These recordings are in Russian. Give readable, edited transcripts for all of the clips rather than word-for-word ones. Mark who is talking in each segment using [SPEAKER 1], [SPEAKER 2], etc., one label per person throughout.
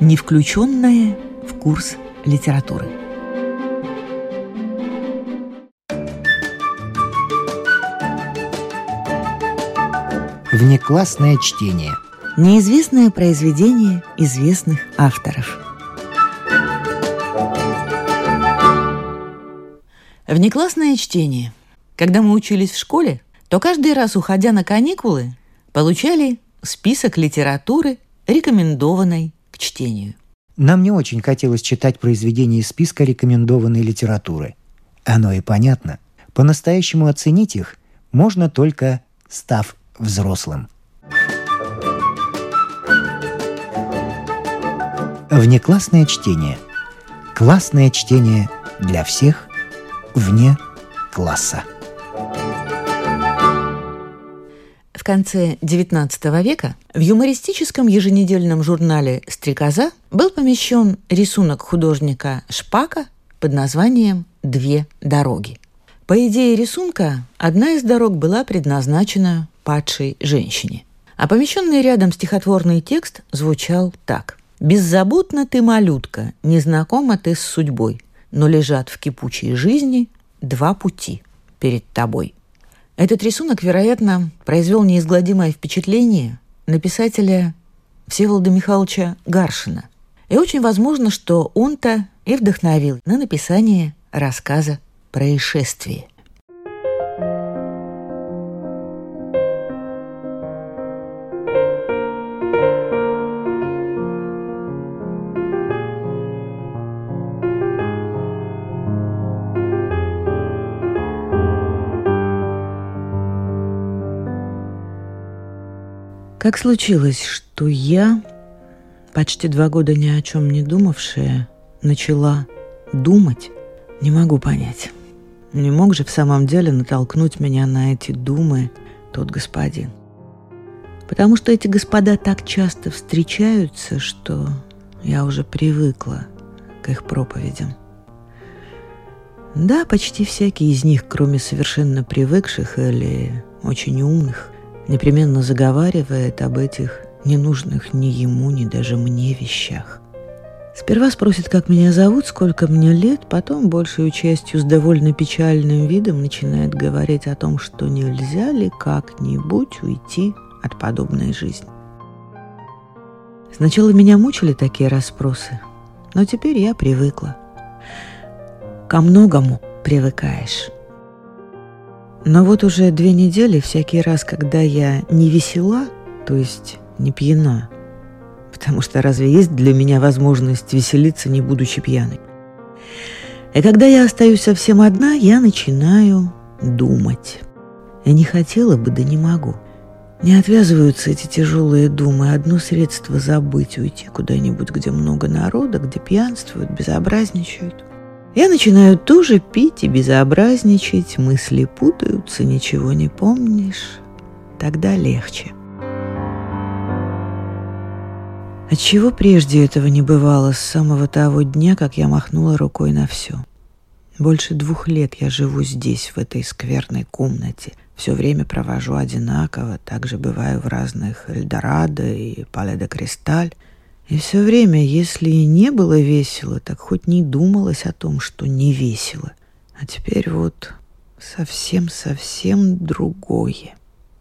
[SPEAKER 1] не включенное в курс литературы.
[SPEAKER 2] Внеклассное чтение.
[SPEAKER 1] Неизвестное произведение известных авторов. Внеклассное чтение. Когда мы учились в школе, то каждый раз, уходя на каникулы, получали список литературы, рекомендованной к чтению.
[SPEAKER 2] Нам не очень хотелось читать произведения из списка рекомендованной литературы. Оно и понятно. По-настоящему оценить их можно только став взрослым. Внеклассное чтение. Классное чтение для всех вне класса.
[SPEAKER 1] В конце XIX века в юмористическом еженедельном журнале «Стрекоза» был помещен рисунок художника Шпака под названием «Две дороги». По идее рисунка, одна из дорог была предназначена падшей женщине. А помещенный рядом стихотворный текст звучал так: «Беззаботна ты, малютка, незнакома ты с судьбой, но лежат в кипучей жизни два пути перед тобой». Этот рисунок, вероятно, произвел неизгладимое впечатление на писателя Всеволода Михайловича Гаршина. И очень возможно, что он-то и вдохновил на написание рассказа «Происшествие». Как случилось, что я, почти 2 года ни о чем не думавшая, начала думать, не могу понять. Не мог же в самом деле натолкнуть меня на эти думы тот господин. Потому что эти господа так часто встречаются, что я уже привыкла к их проповедям. Да, почти всякий из них, кроме совершенно привыкших или очень умных, непременно заговаривает об этих ненужных ни ему, ни даже мне вещах. Сперва спросит, как меня зовут, сколько мне лет, потом, большей частью с довольно печальным видом, начинает говорить о том, что нельзя ли как-нибудь уйти от подобной жизни. Сначала меня мучили такие расспросы, но теперь я привыкла. Ко многому привыкаешь. Но вот уже 2 недели всякий раз, когда я не весела, то есть не пьяна, потому что разве есть для меня возможность веселиться, не будучи пьяной? И когда я остаюсь совсем одна, я начинаю думать. Я не хотела бы, да не могу. Не отвязываются эти тяжелые думы. Одно средство забыть, уйти куда-нибудь, где много народа, где пьянствуют, безобразничают. Я начинаю тоже пить и безобразничать, мысли путаются, ничего не помнишь. Тогда легче. Отчего прежде этого не бывало с самого того дня, как я махнула рукой на все? Больше 2 лет я живу здесь, в этой скверной комнате. Все время провожу одинаково, также бываю в разных Эльдорадо и Пале де Кристаль. И все время, если и не было весело, так хоть не думалось о том, что не весело. А теперь вот совсем другое.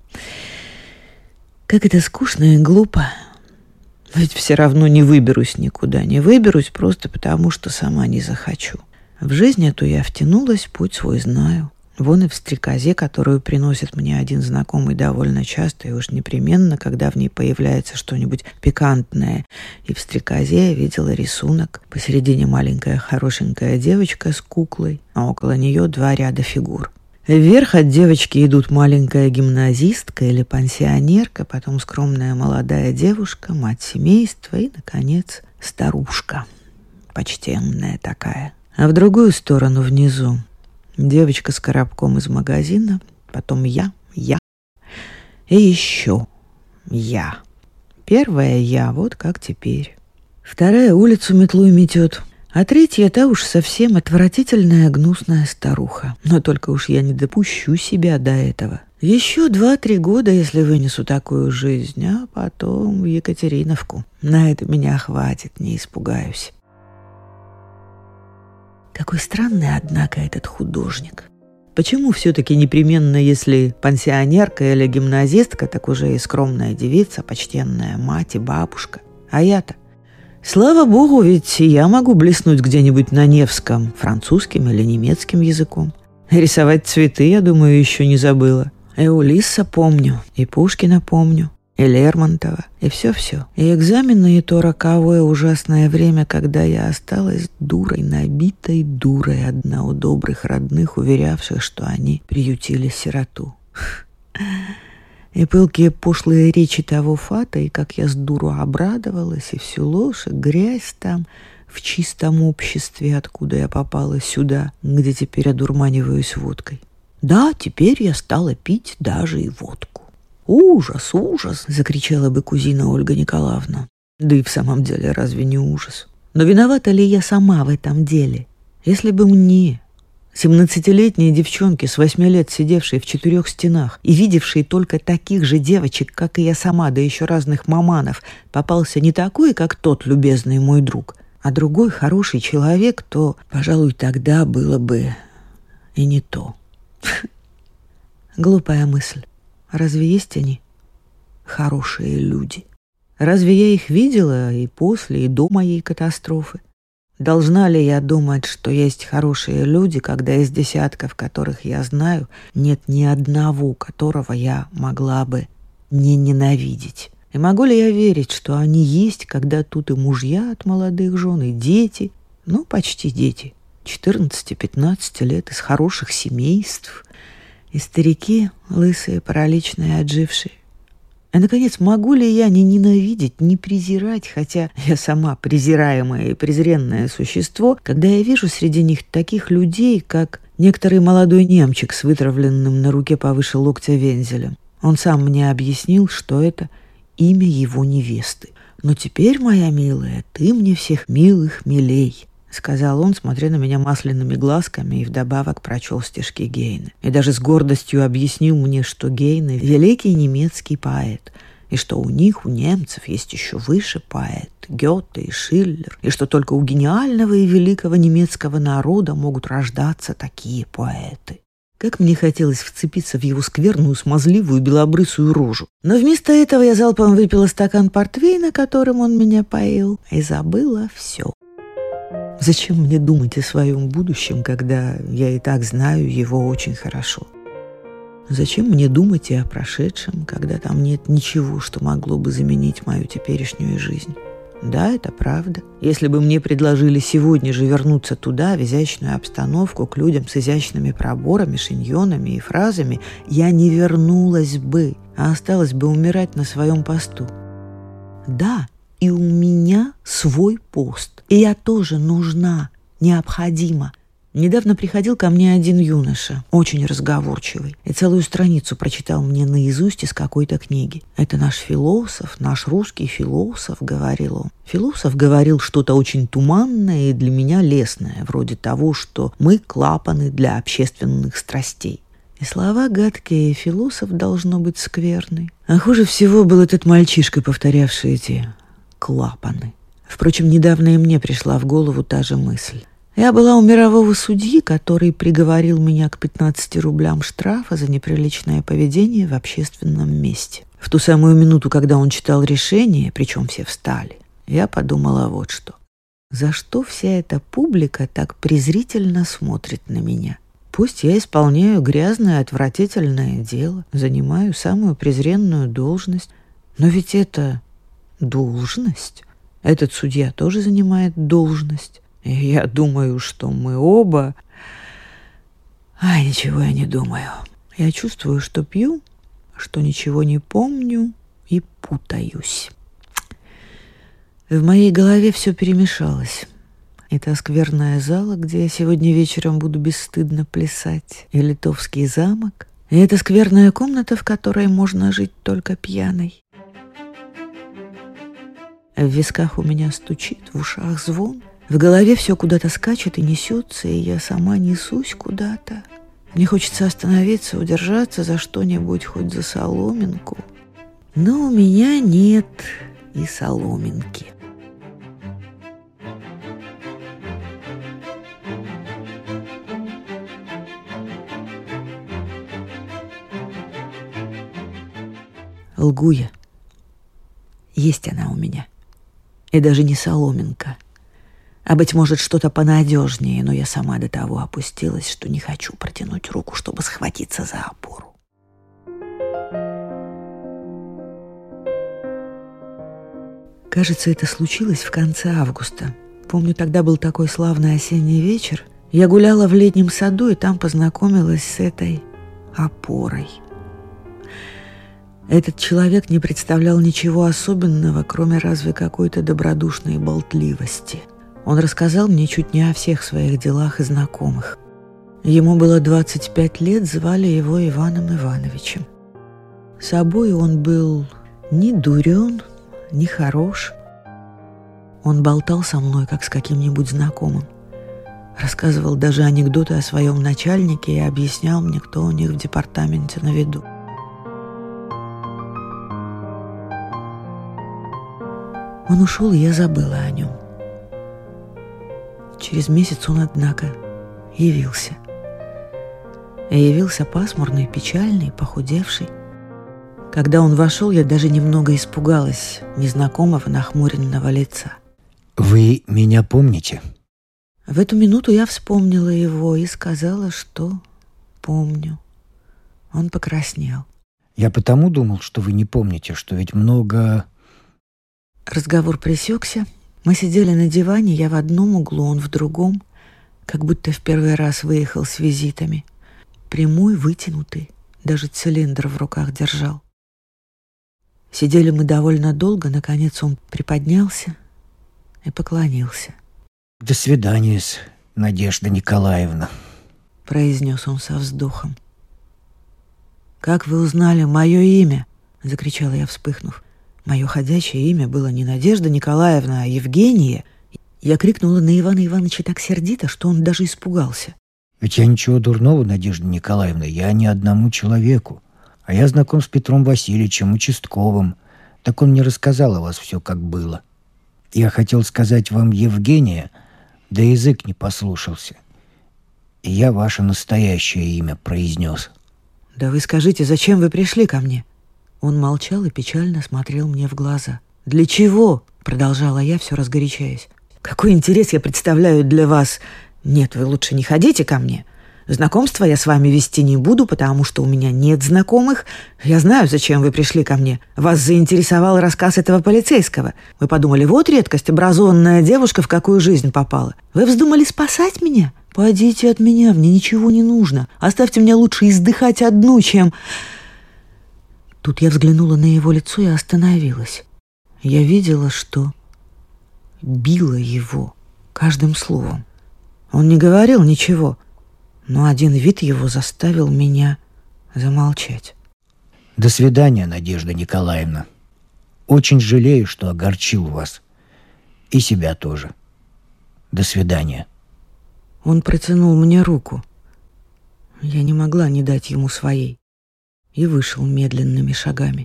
[SPEAKER 1] Как это скучно и глупо. Ведь все равно не выберусь никуда. Не выберусь просто потому, что сама не захочу. В жизнь эту я втянулась, путь свой знаю. Вон и в «Стрекозе», которую приносит мне один знакомый довольно часто и уж непременно, когда в ней появляется что-нибудь пикантное. И в «Стрекозе» я видела рисунок. Посередине маленькая хорошенькая девочка с куклой, а около нее 2 ряда фигур. Вверх от девочки идут маленькая гимназистка или пансионерка, потом скромная молодая девушка, мать семейства и, наконец, старушка, почтенная такая. А в другую сторону внизу девочка с коробком из магазина, потом я и еще я. Первая я, вот как теперь. Вторая улицу метлой метет, а третья та уж совсем отвратительная гнусная старуха. Но только уж я не допущу себя до этого. Еще 2-3 года, если вынесу такую жизнь, а потом в Екатериновку. На это меня хватит, не испугаюсь. Какой странный, однако, этот художник. Почему все-таки непременно, если пансионерка или гимназистка, так уже и скромная девица, почтенная мать и бабушка? А я-то? Слава богу, ведь я могу блеснуть где-нибудь на Невском французским или немецким языком. Рисовать цветы, я думаю, еще не забыла. И Улисса помню, и Пушкина помню, и Лермонтова, и все-все. И экзамены, и то роковое ужасное время, когда я осталась дурой, набитой дурой одна у добрых родных, уверявших, что они приютили сироту. И пылкие пошлые речи того фата, и как я с дуру обрадовалась, и всю ложь, и грязь там, в чистом обществе, откуда я попала сюда, где теперь одурманиваюсь водкой. Да, теперь я стала пить даже и водку. «Ужас, ужас!» — закричала бы кузина Ольга Николаевна. Да и в самом деле, разве не ужас? Но виновата ли я сама в этом деле? Если бы мне, 17-летней девчонке с 8 лет, сидевшей в 4 стенах и видевшей только таких же девочек, как и я сама, да еще разных маманов, попался не такой, как тот любезный мой друг, а другой хороший человек, то, пожалуй, тогда было бы и не то. Глупая мысль. Разве есть они, хорошие люди? Разве я их видела и после, и до моей катастрофы? Должна ли я думать, что есть хорошие люди, когда из десятков, которых я знаю, нет ни одного, которого я могла бы не ненавидеть? И могу ли я верить, что они есть, когда тут и мужья от молодых жен, и дети, ну, почти дети, 14-15 лет, из хороших семейств, и старики, лысые, параличные, отжившие? И, наконец, могу ли я не ненавидеть, не презирать, хотя я сама презираемое и презренное существо, когда я вижу среди них таких людей, как некоторый молодой немчик с вытравленным на руке повыше локтя вензелем. Он сам мне объяснил, что это имя его невесты. «Но теперь, моя милая, ты мне всех милых милей», — сказал он, смотря на меня масляными глазками, и вдобавок прочел стишки Гейне. И даже с гордостью объяснил мне, что Гейне — великий немецкий поэт, и что у них, у немцев, есть еще выше поэт — Гёте и Шиллер, и что только у гениального и великого немецкого народа могут рождаться такие поэты. Как мне хотелось вцепиться в его скверную, смазливую, белобрысую рожу. Но вместо этого я залпом выпила стакан портвейна, которым он меня поил, и забыла все. Зачем мне думать о своем будущем, когда я и так знаю его очень хорошо? Зачем мне думать и о прошедшем, когда там нет ничего, что могло бы заменить мою теперешнюю жизнь? Да, это правда. Если бы мне предложили сегодня же вернуться туда, в изящную обстановку, к людям с изящными проборами, шиньонами и фразами, я не вернулась бы, а осталась бы умирать на своем посту. Да, и у меня свой пост. И я тоже нужна, необходима. Недавно приходил ко мне один юноша, очень разговорчивый, и целую страницу прочитал мне наизусть из какой-то книги. «Это наш философ, наш русский философ», — говорил он. Философ говорил что-то очень туманное и для меня лестное, вроде того, что мы клапаны для общественных страстей. И слова гадкие, и философ должно быть скверный. А хуже всего был этот мальчишка, повторявший эти клапаны. Впрочем, недавно и мне пришла в голову та же мысль. Я была у мирового судьи, который приговорил меня к 15 рублям штрафа за неприличное поведение в общественном месте. В ту самую минуту, когда он читал решение, причем все встали, я подумала вот что. За что вся эта публика так презрительно смотрит на меня? Пусть я исполняю грязное, отвратительное дело, занимаю самую презренную должность, но ведь это должность. Этот судья тоже занимает должность. И я думаю, что мы оба... ничего я не думаю. Я чувствую, что пью, что ничего не помню и путаюсь. В моей голове все перемешалось. И та скверная зала, где я сегодня вечером буду бесстыдно плясать, и Литовский замок, и эта скверная комната, в которой можно жить только пьяной. В висках у меня стучит, в ушах звон. В голове все куда-то скачет и несется, и я сама несусь куда-то. Мне хочется остановиться, удержаться за что-нибудь, хоть за соломинку. Но у меня нет и соломинки. Лгу я. Есть она у меня. И даже не соломинка. А, быть может, что-то понадежнее, но я сама до того опустилась, что не хочу протянуть руку, чтобы схватиться за опору. Кажется, это случилось в конце августа. Помню, тогда был такой славный осенний вечер. Я гуляла в летнем саду и там познакомилась с этой опорой. Этот человек не представлял ничего особенного, кроме разве какой-то добродушной болтливости. Он рассказал мне чуть не о всех своих делах и знакомых. Ему было 25 лет, звали его Иваном Ивановичем. Собой он был ни дурен, ни хорош. Он болтал со мной, как с каким-нибудь знакомым. Рассказывал даже анекдоты о своем начальнике и объяснял мне, кто у них в департаменте на виду. Он ушел, и я забыла о нем. Через месяц он, однако, явился. И явился пасмурный, печальный, похудевший. Когда он вошел, я даже немного испугалась незнакомого нахмуренного лица.
[SPEAKER 2] «Вы меня помните?»
[SPEAKER 1] В эту минуту я вспомнила его и сказала, что помню. Он покраснел.
[SPEAKER 2] «Я потому думал, что вы не помните, что ведь много...»
[SPEAKER 1] Разговор пресекся. Мы сидели на диване, я в одном углу, он в другом, как будто в первый раз выехал с визитами. Прямой, вытянутый, даже цилиндр в руках держал. Сидели мы довольно долго, наконец он приподнялся и поклонился.
[SPEAKER 2] «До свидания, Надежда Николаевна»,
[SPEAKER 1] — произнес он со вздохом. «Как вы узнали мое имя?» — закричала я, вспыхнув. Мое ходячее имя было не Надежда Николаевна, а Евгения. Я крикнула на Ивана Ивановича так сердито, что он даже испугался.
[SPEAKER 2] «Ведь я ничего дурного, Надежда Николаевна, я ни одному человеку. А я знаком с Петром Васильевичем, участковым. Так он мне рассказал о вас все, как было. Я хотел сказать вам Евгения, да язык не послушался. И я ваше настоящее имя произнес».
[SPEAKER 1] «Да вы скажите, зачем вы пришли ко мне?» Он молчал и печально смотрел мне в глаза. «Для чего?» — продолжала я, все разгорячаясь. «Какой интерес я представляю для вас? Нет, вы лучше не ходите ко мне. Знакомства я с вами вести не буду, потому что у меня нет знакомых. Я знаю, зачем вы пришли ко мне. Вас заинтересовал рассказ этого полицейского. Вы подумали, вот редкость, образованная девушка в какую жизнь попала. Вы вздумали спасать меня? Пойдите от меня, мне ничего не нужно. Оставьте меня лучше издыхать одну, чем...» Тут я взглянула на его лицо и остановилась. Я видела, что била его каждым словом. Он не говорил ничего, но один вид его заставил меня замолчать.
[SPEAKER 2] «До свидания, Надежда Николаевна. Очень жалею, что огорчил вас. И себя тоже. До свидания».
[SPEAKER 1] Он протянул мне руку. Я не могла не дать ему своей. И вышел медленными шагами.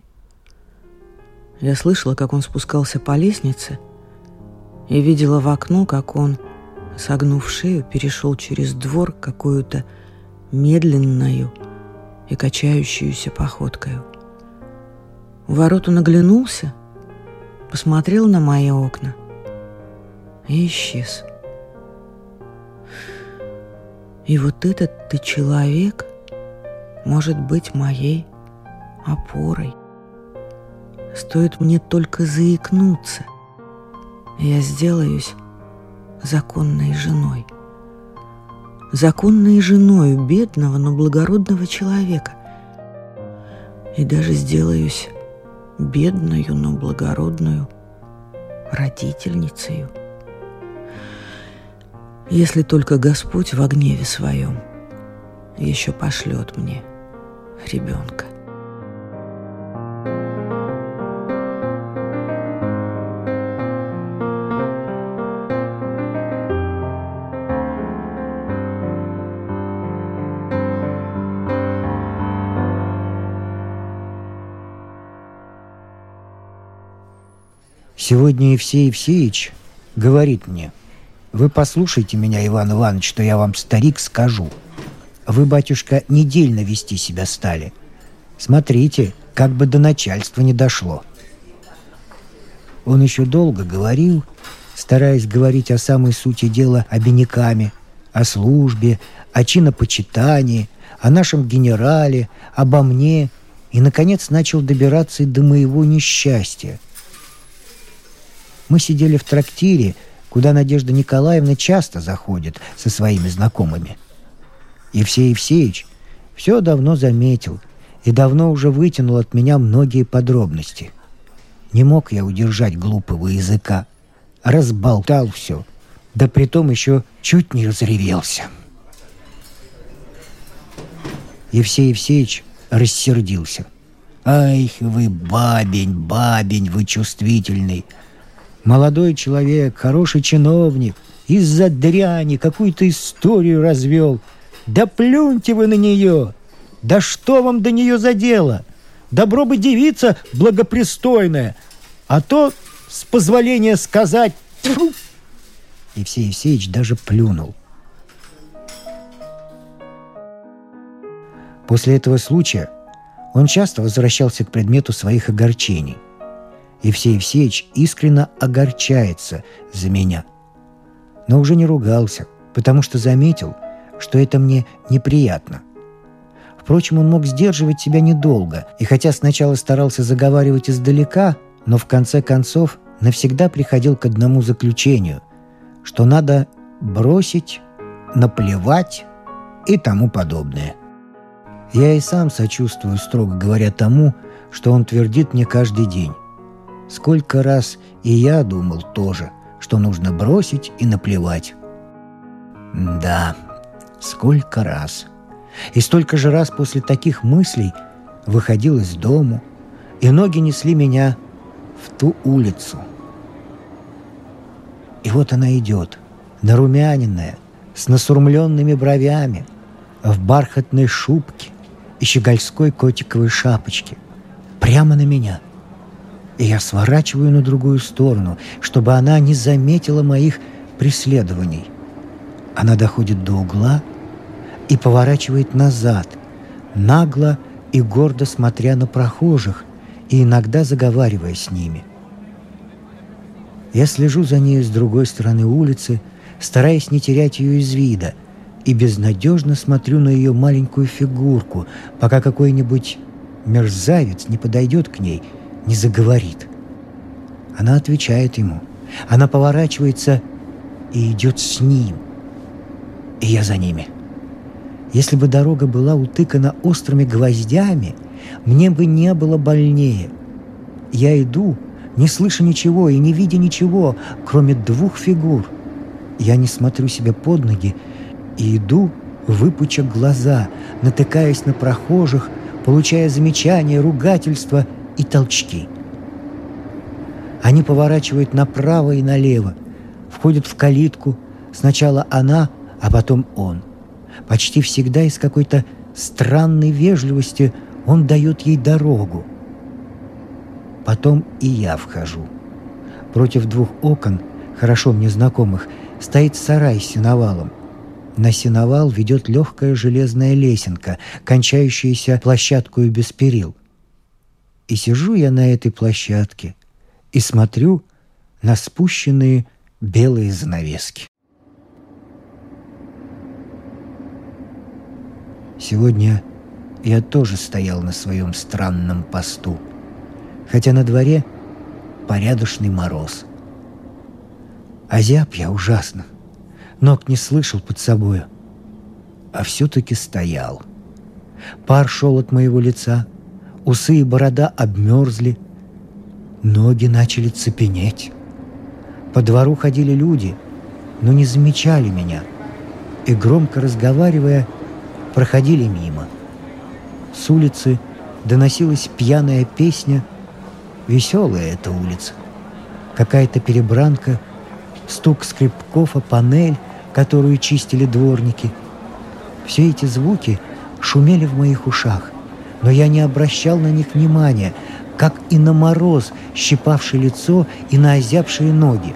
[SPEAKER 1] Я слышала, как он спускался по лестнице, и видела в окно, как он, согнув шею, перешел через двор какую-то медленную и качающуюся походкою. У ворот он оглянулся, посмотрел на мои окна и исчез. И вот этот ты человек может быть моей опорой. Стоит мне только заикнуться, и я сделаюсь законной женой. Законной женой бедного, но благородного человека. И даже сделаюсь бедную, но благородную родительницею. Если только Господь во гневе своем еще пошлет мне ребенка.
[SPEAKER 2] Сегодня Евсей Евсеич говорит мне: «Вы послушайте меня, Иван Иванович, что я вам, старик, скажу. Вы, батюшка, недельно вести себя стали. Смотрите, как бы до начальства не дошло». Он еще долго говорил, стараясь говорить о самой сути дела обиняками, о службе, о чинопочитании, о нашем генерале, обо мне, и, наконец, начал добираться и до моего несчастья. Мы сидели в трактире, куда Надежда Николаевна часто заходит со своими знакомыми. Евсей Евсеич все давно заметил и давно уже вытянул от меня многие подробности. Не мог я удержать глупого языка, разболтал все, да притом еще чуть не разревелся. Евсей Евсеич рассердился. «Ай, вы бабень, бабень, вы чувствительный! Молодой человек, хороший чиновник, из-за дряни какую-то историю развел. Да плюньте вы на нее! Да что вам до нее за дело? Добро бы девица благопристойная, а то, с позволения сказать, тьфу!» Евсей Евсеич даже плюнул. После этого случая он часто возвращался к предмету своих огорчений. Евсей Евсеич искренне огорчается за меня. Но уже не ругался, потому что заметил, что это мне неприятно. Впрочем, он мог сдерживать себя недолго, и хотя сначала старался заговаривать издалека, но в конце концов навсегда приходил к одному заключению, что надо бросить, наплевать и тому подобное. Я и сам сочувствую, строго говоря, тому, что он твердит мне каждый день. Сколько раз и я думал тоже, что нужно бросить и наплевать. Да, сколько раз. И столько же раз после таких мыслей выходил из дому, и ноги несли меня в ту улицу. И вот она идет, нарумяненная, с насурмленными бровями, в бархатной шубке и щегольской котиковой шапочке, прямо на меня. И я сворачиваю на другую сторону, чтобы она не заметила моих преследований. Она доходит до угла и поворачивает назад, нагло и гордо смотря на прохожих и иногда заговаривая с ними. Я слежу за нею с другой стороны улицы, стараясь не терять ее из вида, и безнадежно смотрю на ее маленькую фигурку, пока какой-нибудь мерзавец не подойдет к ней, не заговорит. Она отвечает ему. Она поворачивается и идет с ним. И я за ними. Если бы дорога была утыкана острыми гвоздями, мне бы не было больнее. Я иду, не слыша ничего и не видя ничего, кроме двух фигур. Я не смотрю себе под ноги и иду, выпуча глаза, натыкаясь на прохожих, получая замечания, ругательства и толчки. Они поворачивают направо и налево, входят в калитку, сначала она, а потом он. Почти всегда из какой-то странной вежливости он дает ей дорогу. Потом и я вхожу. Против двух окон, хорошо мне знакомых, стоит сарай с сеновалом. На сеновал ведет легкая железная лесенка, кончающаяся площадкою без перил. И сижу я на этой площадке и смотрю на спущенные белые занавески. Сегодня я тоже стоял на своем странном посту, хотя на дворе порядочный мороз. Озяб я ужасно, ног не слышал под собою, а все-таки стоял. Пар шел от моего лица, усы и борода обмерзли, ноги начали цепенеть. По двору ходили люди, но не замечали меня, и, громко разговаривая, проходили мимо. С улицы доносилась пьяная песня. Веселая эта улица. Какая-то перебранка, стук скребков о панель, которую чистили дворники. Все эти звуки шумели в моих ушах, но я не обращал на них внимания. как и на мороз, щипавший лицо и на озябшие ноги.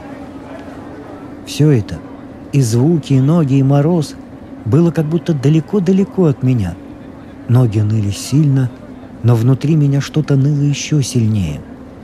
[SPEAKER 2] Все это, и звуки, и ноги, и мороз, было как будто далеко-далеко от меня. Ноги ныли сильно, но внутри меня что-то ныло еще сильнее.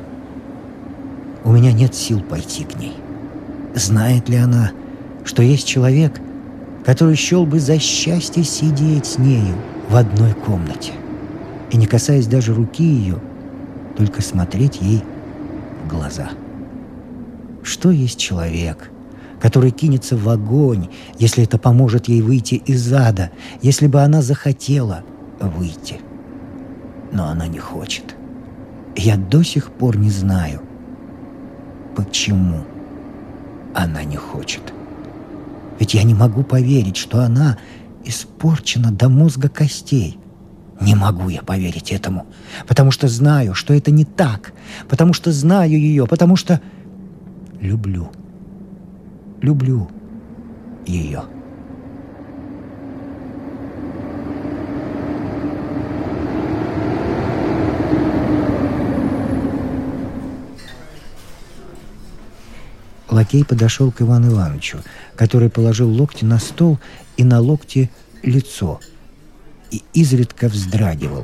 [SPEAKER 2] У меня нет сил пойти к ней. Знает ли она, что есть человек, который счел бы за счастье сидеть с нею в одной комнате и, не касаясь даже руки ее, только смотреть ей в глаза? Что есть человек, который кинется в огонь, если это поможет ей выйти из ада, если бы она захотела выйти? Но она не хочет. Я до сих пор не знаю, почему она не хочет. Ведь я не могу поверить, что она испорчена до мозга костей. Не могу я поверить этому, потому что знаю, что это не так, потому что знаю ее, потому что люблю ее. Лакей подошел к Ивану Ивановичу, который положил локти на стол и на локти лицо, и изредка вздрагивал.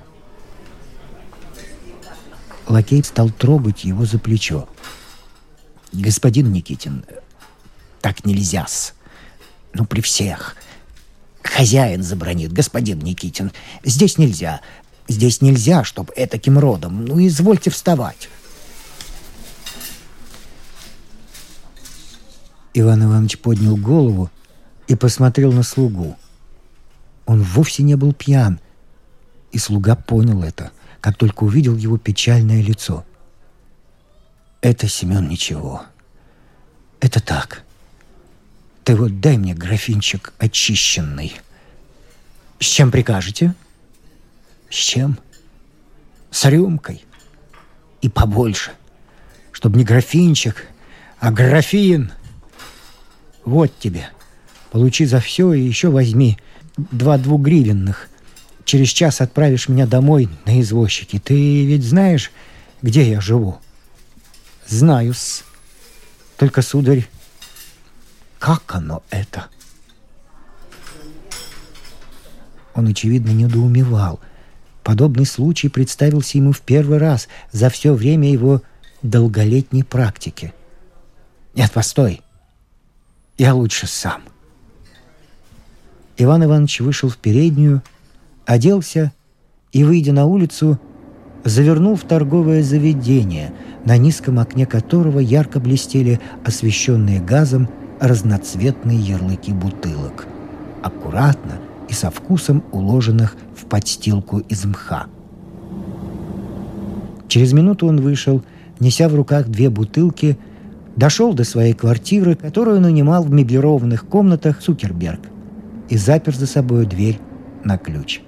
[SPEAKER 2] Лакей стал трогать его за плечо. «Господин Никитин, так нельзя-с. Ну, при всех. Хозяин забранит, господин Никитин. Здесь нельзя. Здесь нельзя, чтоб этаким родом. Ну, извольте вставать». Иван Иванович поднял голову и посмотрел на слугу. Он вовсе не был пьян, и слуга понял это, как только увидел его печальное лицо. «Это, Семен, ничего. Это так. Ты вот дай мне графинчик очищенный. С чем прикажете?» «С чем? С рюмкой. И побольше. Чтоб не графинчик, а графин. Вот тебе. Получи за все и еще возьми 2 двугривенных. Через час отправишь меня домой на извозчике. Ты ведь знаешь, где я живу?» «Знаю-с. Только, сударь, как оно это?» Он, очевидно, недоумевал. Подобный случай представился ему в первый раз за все время его долголетней практики. «Нет, постой. Я лучше сам». Иван Иванович вышел в переднюю, оделся и, выйдя на улицу, завернул в торговое заведение, на низком окне которого ярко блестели освещенные газом разноцветные ярлыки бутылок, аккуратно и со вкусом уложенных в подстилку из мха. Через минуту он вышел, неся в руках 2 бутылки, дошел до своей квартиры, которую нанимал в меблированных комнатах Цукерберг, и запер за собой дверь на ключ.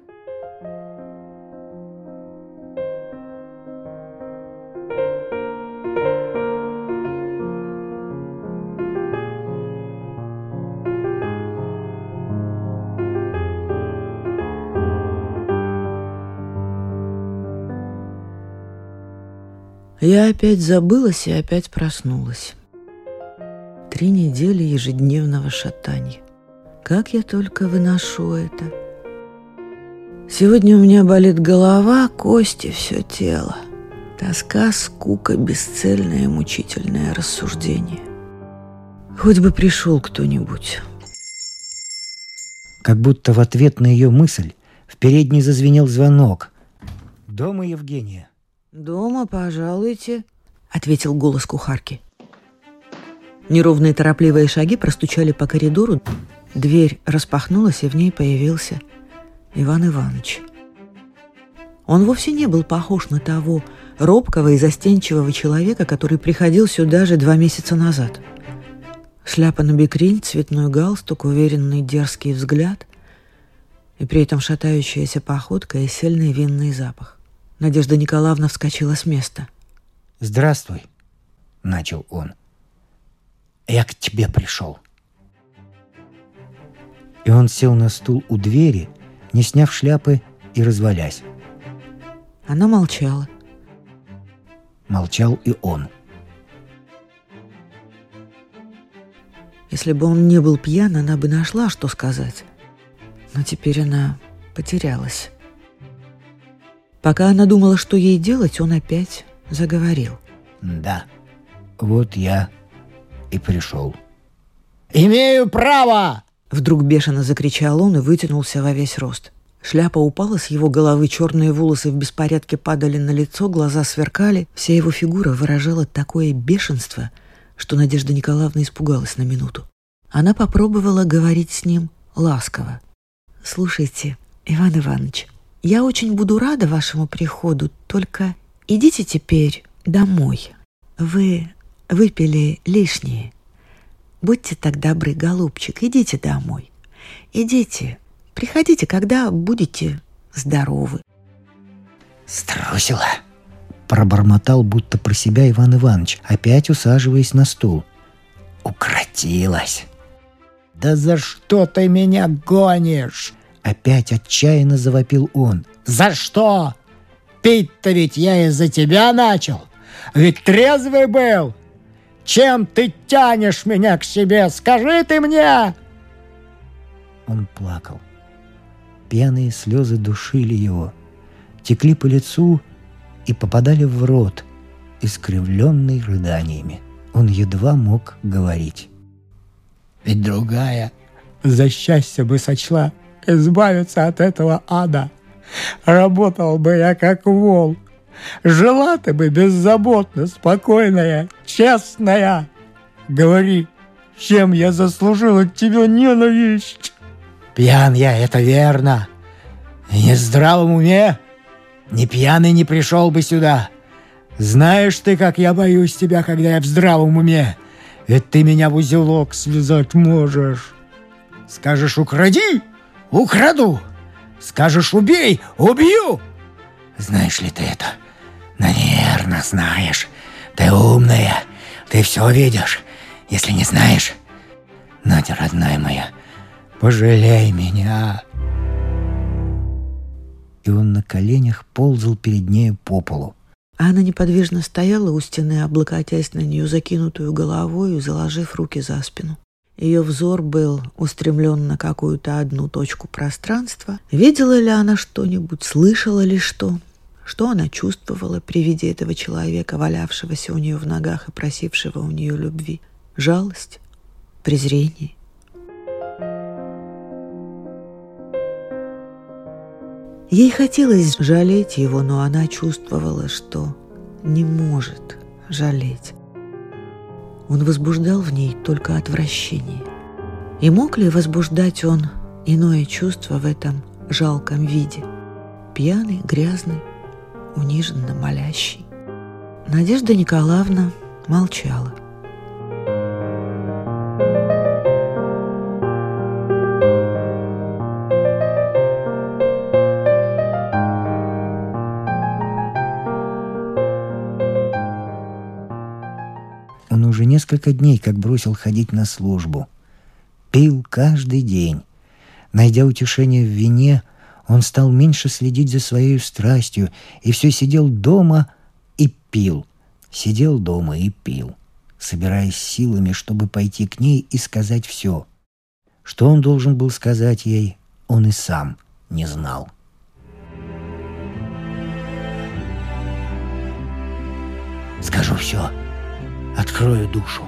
[SPEAKER 1] Я опять забылась и опять проснулась. 3 недели ежедневного шатанья. Как я только выношу это. Сегодня у меня болит голова, кости, все тело. Тоска, скука, бесцельное, мучительное рассуждение. Хоть бы пришел кто-нибудь.
[SPEAKER 2] Как будто в ответ на ее мысль в передней зазвенел звонок. «Дома, Евгения?»
[SPEAKER 1] «Дома, пожалуйте», — ответил голос кухарки. Неровные торопливые шаги простучали по коридору. Дверь распахнулась, и в ней появился Иван Иванович. Он вовсе не был похож на того робкого и застенчивого человека, который приходил сюда же 2 месяца назад. Шляпа на бекрень, цветной галстук, уверенный дерзкий взгляд и при этом шатающаяся походка и сильный винный запах. Надежда Николаевна вскочила с места.
[SPEAKER 2] «Здравствуй», — начал он. «Я к тебе пришел». И он сел на стул у двери, не сняв шляпы и развалясь.
[SPEAKER 1] Она молчала.
[SPEAKER 2] Молчал и он.
[SPEAKER 1] Если бы он не был пьян, она бы нашла, что сказать. Но теперь она потерялась. Пока она думала, что ей делать, он опять заговорил.
[SPEAKER 2] Да, вот я и пришел. «Имею право!»
[SPEAKER 1] Вдруг бешено закричал он и вытянулся во весь рост. Шляпа упала с его головы, черные волосы в беспорядке падали на лицо, глаза сверкали. Вся его фигура выражала такое бешенство, что Надежда Николаевна испугалась на минуту. Она попробовала говорить с ним ласково. «Слушайте, Иван Иванович, я очень буду рада вашему приходу, только идите теперь домой. Вы выпили лишнее. Будьте так добры, голубчик, идите домой. Идите, приходите, когда будете здоровы».
[SPEAKER 2] «Струсила!» — пробормотал будто про себя Иван Иванович, опять усаживаясь на стул. «Укротилась!» «Да за что ты меня гонишь?» — опять отчаянно завопил он. «За что? Пить-то ведь я из-за тебя начал. Ведь трезвый был. Чем ты тянешь меня к себе? Скажи ты мне!» Он плакал. Пьяные слезы душили его, текли по лицу и попадали в рот, искривленный рыданиями. Он едва мог говорить. «Ведь другая за счастье бы сочла избавиться от этого ада. Работал бы я как вол. Жила ты бы беззаботно, спокойная, честная. Говори, чем я заслужил от тебя ненависть?» «Пьян я, это верно. Не в здравом уме. Ни пьяный не пришел бы сюда. Знаешь ты, как я боюсь тебя, когда я в здравом уме. Ведь ты меня в узелок связать можешь. Скажешь, укради — украду. Скажешь, убей — убью. Знаешь ли ты это? Наверно, знаешь. Ты умная, ты все видишь. Если не знаешь, Надя, родная моя, пожалей меня». И он на коленях ползал перед нею по полу.
[SPEAKER 1] А она неподвижно стояла у стены, облокотясь на нее закинутую головой и заложив руки за спину. Ее взор был устремлен на какую-то одну точку пространства. Видела ли она что-нибудь, слышала ли что? Что она чувствовала при виде этого человека, валявшегося у нее в ногах и просившего у нее любви? Жалость? Презрение? Ей хотелось жалеть его, но она чувствовала, что не может жалеть. Он возбуждал в ней только отвращение. И мог ли возбуждать он иное чувство в этом жалком виде? Пьяный, грязный, униженно молящий. Надежда Николаевна молчала.
[SPEAKER 2] Он уже несколько дней как бросил ходить на службу. Пил каждый день. Найдя утешение в вине, он стал меньше следить за своей страстью и все сидел дома и пил. Сидел дома и пил, собираясь силами, чтобы пойти к ней и сказать все. Что он должен был сказать ей, он и сам не знал. «Скажу все. Открою душу».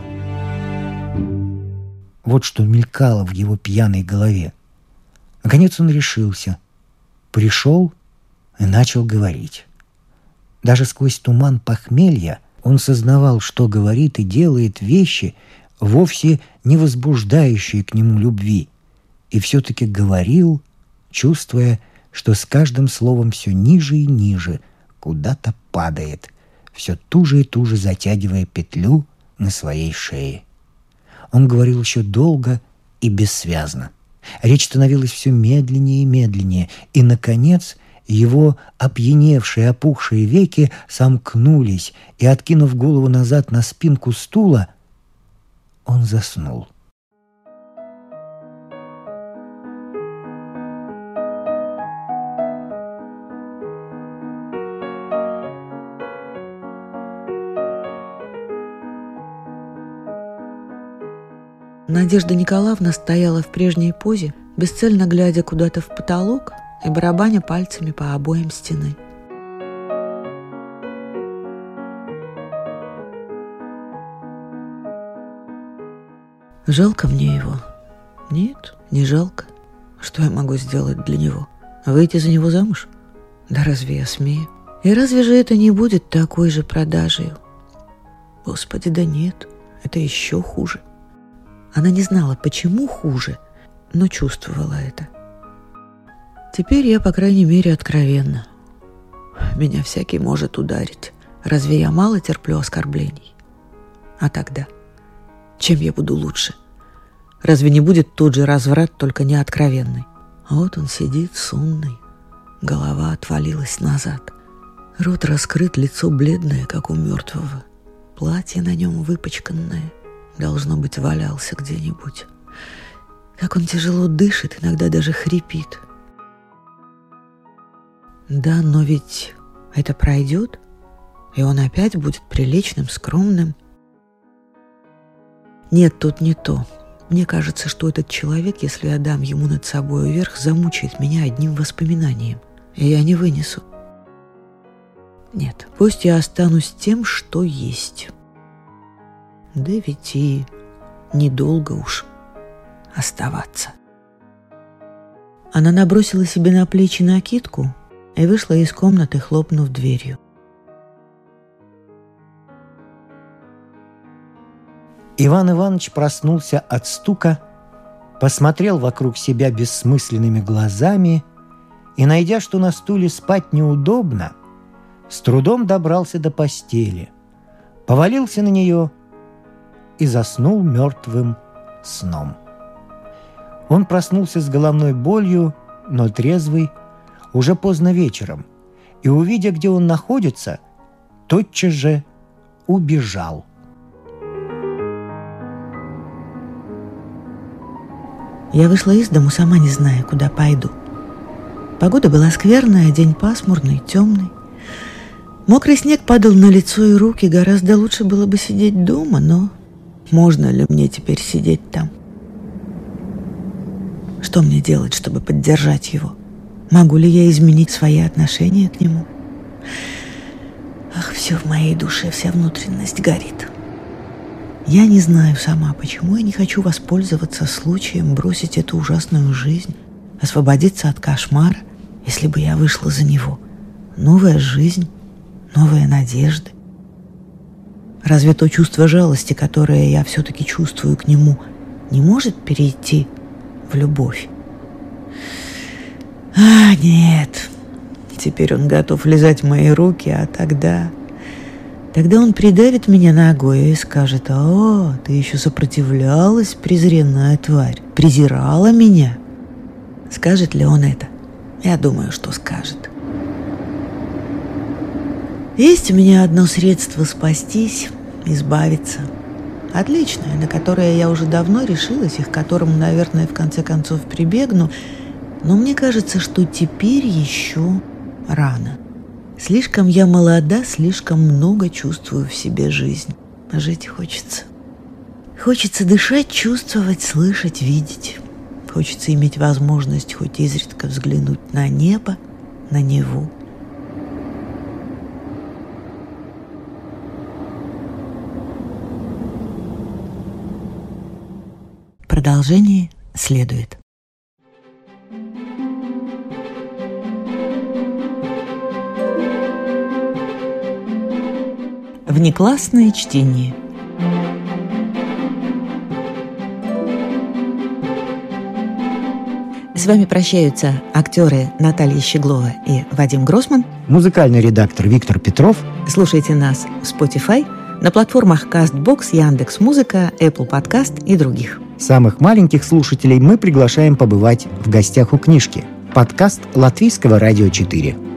[SPEAKER 2] Вот что мелькало в его пьяной голове. Наконец он решился. Пришел и начал говорить. Даже сквозь туман похмелья он сознавал, что говорит и делает вещи, вовсе не возбуждающие к нему любви. И все-таки говорил, чувствуя, что с каждым словом все ниже и ниже куда-то падает, все туже и туже затягивая петлю на своей шее. Он говорил еще долго и бессвязно. Речь становилась все медленнее и медленнее, и, наконец, его опьяневшие, опухшие веки сомкнулись, и, откинув голову назад на спинку стула, он заснул.
[SPEAKER 1] Надежда Николаевна стояла в прежней позе, бесцельно глядя куда-то в потолок и барабаня пальцами по обоям стены. Жалко мне его? Нет, не жалко. Что я могу сделать для него? Выйти за него замуж? Да разве я смею? И разве же это не будет такой же продажей? Господи, да нет, это еще хуже. Она не знала, почему хуже, но чувствовала это. Теперь я, по крайней мере, откровенна. Меня всякий может ударить. Разве я мало терплю оскорблений? А тогда? Чем я буду лучше? Разве не будет тот же разврат, только не откровенный? А вот он сидит сонный, голова отвалилась назад. Рот раскрыт, лицо бледное, как у мертвого. Платье на нем выпачканное. Должно быть, валялся где-нибудь. Как он тяжело дышит, иногда даже хрипит. Да, но ведь это пройдет, и он опять будет приличным, скромным. Нет, тут не то. Мне кажется, что этот человек, если я дам ему над собой верх, замучает меня одним воспоминанием, и я не вынесу. Нет, пусть я останусь тем, что есть. Да ведь и недолго уж оставаться. Она набросила себе на плечи накидку и вышла из комнаты, хлопнув дверью.
[SPEAKER 2] Иван Иванович проснулся от стука, посмотрел вокруг себя бессмысленными глазами и, найдя, что на стуле спать неудобно, с трудом добрался до постели, повалился на нее и заснул мертвым сном. Он проснулся с головной болью, но трезвый, уже поздно вечером, и, увидя, где он находится, тотчас же убежал.
[SPEAKER 1] Я вышла из дому, сама не зная, куда пойду. Погода была скверная, день пасмурный, темный. Мокрый снег падал на лицо и руки, гораздо лучше было бы сидеть дома, но можно ли мне теперь сидеть там? Что мне делать, чтобы поддержать его? Могу ли я изменить свои отношения к нему? Ах, все в моей душе, вся внутренность горит. Я не знаю сама, почему я не хочу воспользоваться случаем бросить эту ужасную жизнь, освободиться от кошмара, если бы я вышла за него. Новая жизнь, новые надежды. Разве то чувство жалости, которое я все-таки чувствую к нему, не может перейти в любовь? А, нет. Теперь он готов лизать мои руки, а тогда он придавит меня ногой и скажет: «О, ты еще сопротивлялась, презренная тварь, презирала меня». Скажет ли он это? Я думаю, что скажет. Есть у меня одно средство спастись, избавиться. Отличное, на которое я уже давно решилась и к которому, наверное, в конце концов прибегну. Но мне кажется, что теперь еще рано. Слишком я молода, слишком много чувствую в себе жизнь. Жить хочется. Хочется дышать, чувствовать, слышать, видеть. Хочется иметь возможность хоть изредка взглянуть на небо, на Неву. Продолжение следует. Внеклассное чтение. С вами прощаются актеры Наталья Щеглова и Вадим Гроссман.
[SPEAKER 2] Музыкальный редактор Виктор Петров.
[SPEAKER 1] Слушайте нас в Spotify, на платформах CastBox, Яндекс.Музыка, Apple Podcast и других.
[SPEAKER 2] Самых маленьких слушателей мы приглашаем побывать в гостях у книжки. Подкаст Латвийского радио 4.